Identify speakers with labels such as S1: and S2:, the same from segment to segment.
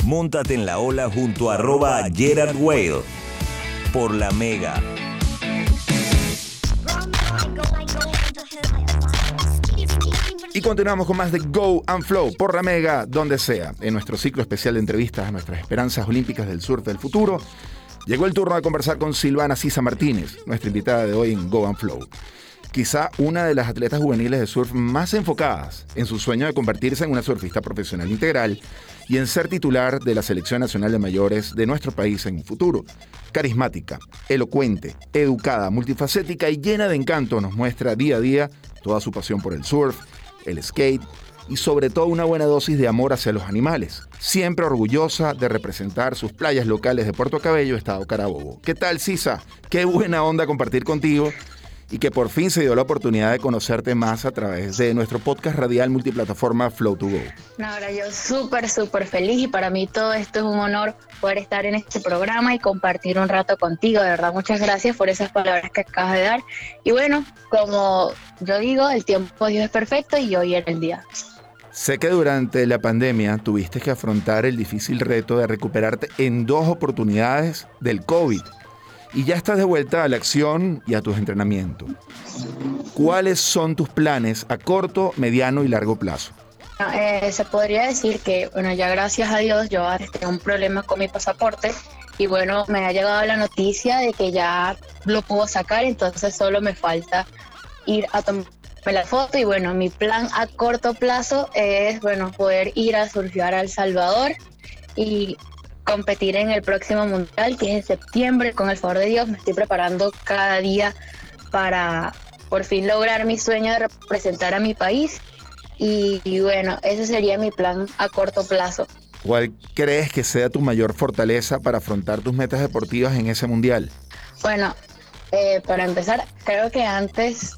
S1: Móntate en la ola junto a @GerardWhale por La Mega.
S2: Y continuamos con más de Go and Flow por La Mega, donde sea. En nuestro ciclo especial de entrevistas a nuestras esperanzas olímpicas del surf del futuro, llegó el turno de conversar con Silvana Sisa Martínez, nuestra invitada de hoy en Go and Flow. Quizá una de las atletas juveniles de surf más enfocadas en su sueño de convertirse en una surfista profesional integral y en ser titular de la Selección Nacional de Mayores de nuestro país en un futuro. Carismática, elocuente, educada, multifacética y llena de encanto, nos muestra día a día toda su pasión por el surf, el skate y sobre todo una buena dosis de amor hacia los animales. Siempre orgullosa de representar sus playas locales de Puerto Cabello, Estado Carabobo. ¿Qué tal, Sisa? Qué buena onda compartir contigo y que por fin se dio la oportunidad de conocerte más a través de nuestro podcast radial multiplataforma Flow2Go.
S3: No, ahora yo súper feliz y para mí todo esto es un honor poder estar en este programa y compartir un rato contigo. De verdad, muchas gracias por esas palabras que acabas de dar. Y bueno, como yo digo, el tiempo de Dios es perfecto y hoy era el día.
S2: Sé que durante la pandemia tuviste que afrontar el difícil reto de recuperarte en 2 oportunidades del COVID. Y ya estás de vuelta a la acción y a tus entrenamientos. ¿Cuáles son tus planes a corto, mediano y largo plazo?
S3: Se podría decir que, bueno, ya gracias a Dios yo tengo un problema con mi pasaporte y bueno, me ha llegado la noticia de que ya lo puedo sacar, entonces solo me falta ir a tomarme la foto y bueno, mi plan a corto plazo es, bueno, poder ir a surfear a El Salvador y competir en el próximo mundial, que es en septiembre. Con el favor de Dios me estoy preparando cada día para por fin lograr mi sueño de representar a mi país y bueno, ese sería mi plan a corto plazo.
S2: ¿Cuál crees que sea tu mayor fortaleza para afrontar tus metas deportivas en ese mundial?
S3: Bueno, para empezar, creo que antes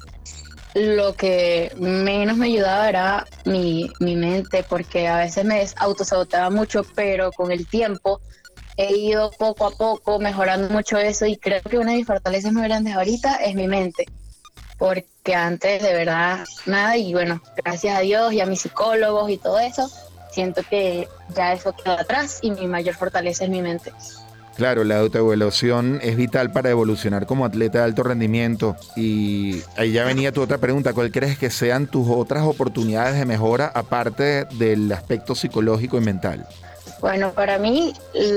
S3: lo que menos me ayudaba era mi mente, porque a veces me autosaboteaba mucho, pero con el tiempo he ido poco a poco mejorando mucho eso y creo que una de mis fortalezas más grandes ahorita es mi mente, porque antes de verdad nada y bueno, gracias a Dios y a mis psicólogos y todo eso, siento que ya eso queda atrás y mi mayor fortaleza es mi mente.
S2: Claro, la autoevaluación es vital para evolucionar como atleta de alto rendimiento. Y ahí ya venía tu otra pregunta. ¿Cuál crees que sean tus otras oportunidades de mejora aparte del aspecto psicológico y mental?
S3: Bueno, para mí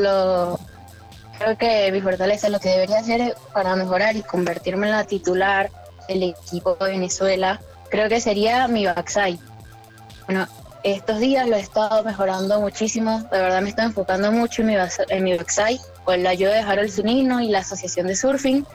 S3: creo que mi fortaleza lo que debería hacer para mejorar y convertirme en la titular del equipo de Venezuela, creo que sería mi backside. Bueno, estos días lo he estado mejorando muchísimo, de verdad me estoy enfocando mucho en mi backside, con la ayuda de Harold Zunino y la Asociación de Surfing.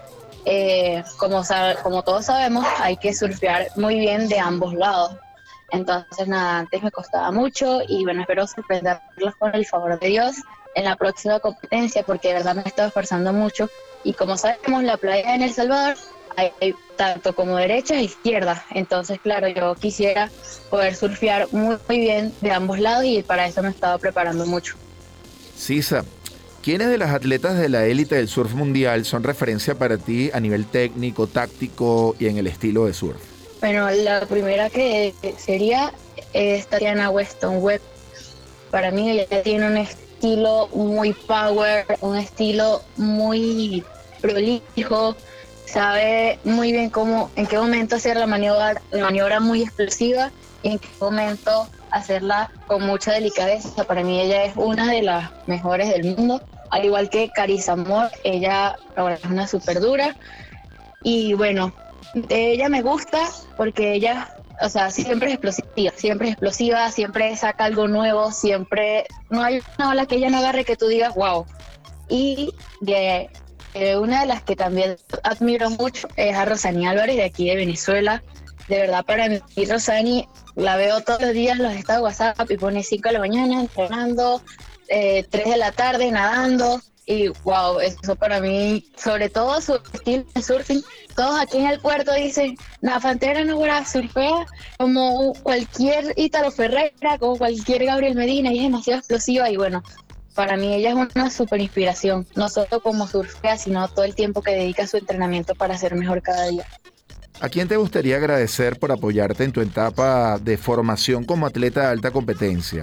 S3: Como todos sabemos, hay que surfear muy bien de ambos lados. Entonces, nada, antes me costaba mucho y bueno, espero sorprenderlos con el favor de Dios en la próxima competencia, porque de verdad me he estado esforzando mucho. Y como sabemos, la playa en El Salvador hay tanto como derecha e izquierda. Entonces, claro, yo quisiera poder surfear muy bien de ambos lados y para eso me he estado preparando mucho.
S2: Sisa, ¿quiénes de las atletas de la élite del surf mundial son referencia para ti a nivel técnico, táctico y en el estilo de surf?
S3: Bueno, la primera que sería Tatiana Weston Webb. Para mí ella tiene un estilo muy power, un estilo muy prolijo, sabe muy bien en qué momento hacer la maniobra muy explosiva y en qué momento hacerla con mucha delicadeza. Para mí ella es una de las mejores del mundo, al igual que Carissa Moore, ella ahora es una súper dura. Y bueno, ella me gusta porque ella, o sea, siempre es explosiva, siempre saca algo nuevo, siempre, no hay una ola que ella no agarre que tú digas, wow. Y una de las que también admiro mucho es a Rosani Álvarez, de aquí de Venezuela. De verdad, para mí, Rosani, la veo todos los días en los estados de WhatsApp y pone 5 de la mañana entrenando, 3 de la tarde nadando. Y wow, eso para mí, sobre todo su estilo de surfing, todos aquí en el puerto dicen, la Frontera no surfea como cualquier Ítalo Ferreira, como cualquier Gabriel Medina, y es demasiado explosiva. Y bueno, para mí ella es una súper inspiración, no solo como surfea, sino todo el tiempo que dedica a su entrenamiento para ser mejor cada día.
S2: ¿A quién te gustaría agradecer por apoyarte en tu etapa de formación como atleta de alta competencia?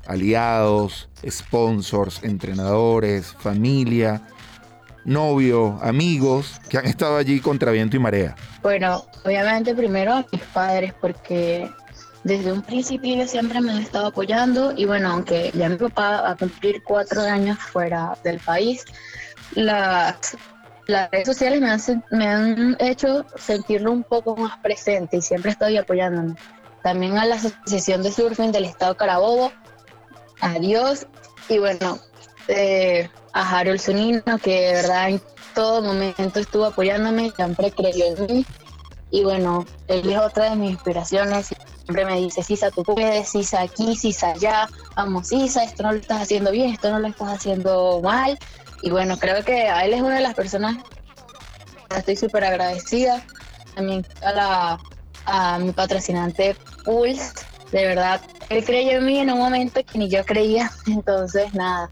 S2: aliados, sponsors, entrenadores, familia, novio, amigos que han estado allí contra viento y marea?
S3: Bueno, obviamente primero a mis padres, porque desde un principio ellos siempre me han estado apoyando y bueno, aunque ya mi papá va a cumplir 4 años fuera del país, las redes sociales me han hecho sentirlo un poco más presente y siempre estoy apoyándome. También a la Asociación de Surfing del Estado Carabobo, a Dios y bueno, a Harold Zunino, que de verdad en todo momento estuvo apoyándome, siempre creyó en mí y bueno, él es otra de mis inspiraciones. Siempre me dice, Sisa, tú puedes, Sisa aquí, Sisa allá, vamos Sisa, esto no lo estás haciendo bien, esto no lo estás haciendo mal. Y bueno, creo que a él es una de las personas que estoy súper agradecida. También a mi patrocinante Pulse, de verdad, él creyó en mí en un momento que ni yo creía. Entonces, nada,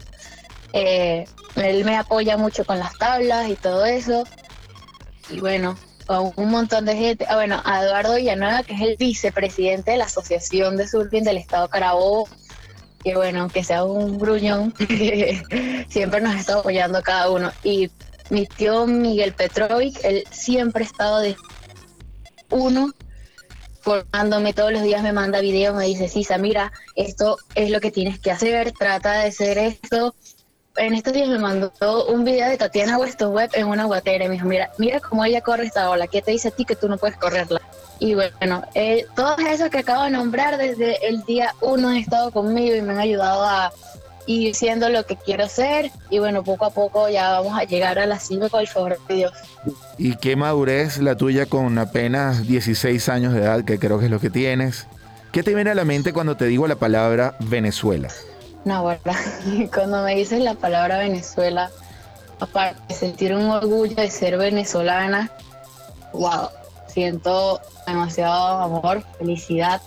S3: él me apoya mucho con las tablas y todo eso. Y bueno, a un montón de gente. Bueno, a Eduardo Villanueva, que es el vicepresidente de la Asociación de Surfing del Estado Carabobo, que bueno, aunque sea un gruñón, siempre nos está apoyando cada uno. Y mi tío Miguel Petrovic, él siempre ha estado de uno, formándome todos los días, me manda videos, me dice, Sisa, mira, esto es lo que tienes que hacer, trata de hacer esto. En estos días me mandó un video de Tatiana Weston Webb en una guatera y me dijo, mira cómo ella corre esta ola, ¿qué te dice a ti que tú no puedes correrla? Y bueno, todos esos que acabo de nombrar desde el día 1 han estado conmigo y me han ayudado a ir siendo lo que quiero ser y bueno, poco a poco ya vamos a llegar a la cima con el favor de Dios.
S2: ¿Y qué madurez la tuya con apenas 16 años de edad, que creo que es lo que tienes? ¿Qué te viene a la mente cuando te digo la palabra Venezuela?
S3: No, verdad, cuando me dices la palabra Venezuela, aparte de sentir un orgullo de ser venezolana, wow, siento demasiado amor, felicidad,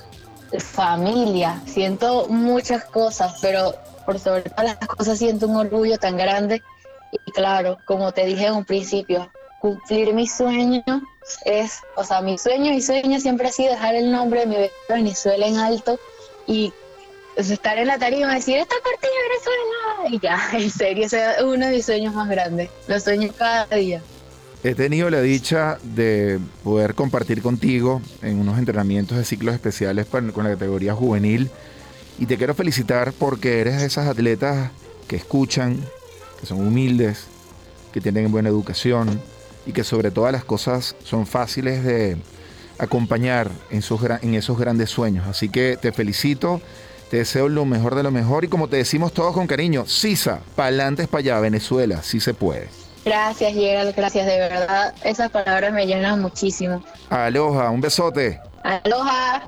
S3: familia, siento muchas cosas, pero por sobre todas las cosas siento un orgullo tan grande. Y claro, como te dije en un principio, cumplir mi sueño es, o sea, mi sueño siempre ha sido dejar el nombre de mi Venezuela en alto y estar en la tarima y decir, esta parte de Venezuela, y ya, en serio, ese es uno de mis sueños más grandes, lo sueño cada día.
S2: He tenido la dicha de poder compartir contigo en unos entrenamientos de ciclos especiales con la categoría juvenil y te quiero felicitar porque eres de esas atletas que escuchan, que son humildes, que tienen buena educación y que sobre todas las cosas son fáciles de acompañar en esos grandes sueños. Así que te felicito, te deseo lo mejor de lo mejor y como te decimos todos con cariño, Sisa, pa'lante es para allá, Venezuela, sí se puede.
S3: Gracias, Gerald, gracias, de verdad, esas palabras me llenan muchísimo.
S2: Aloha, un besote.
S3: Aloha.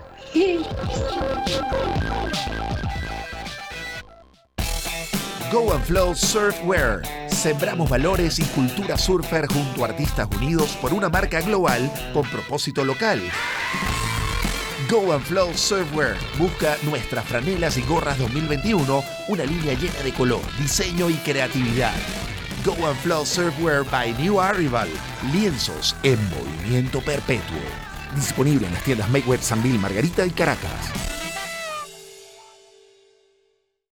S1: Go and Flow Surfwear. Sembramos valores y cultura surfer junto a artistas unidos por una marca global con propósito local. Go and Flow Surfwear. Busca nuestras franelas y gorras 2021, una línea llena de color, diseño y creatividad. Go and Flow Surfwear by New Arrival. Lienzos en movimiento perpetuo. Disponible en las tiendas Make Web San Bill, Margarita y Caracas.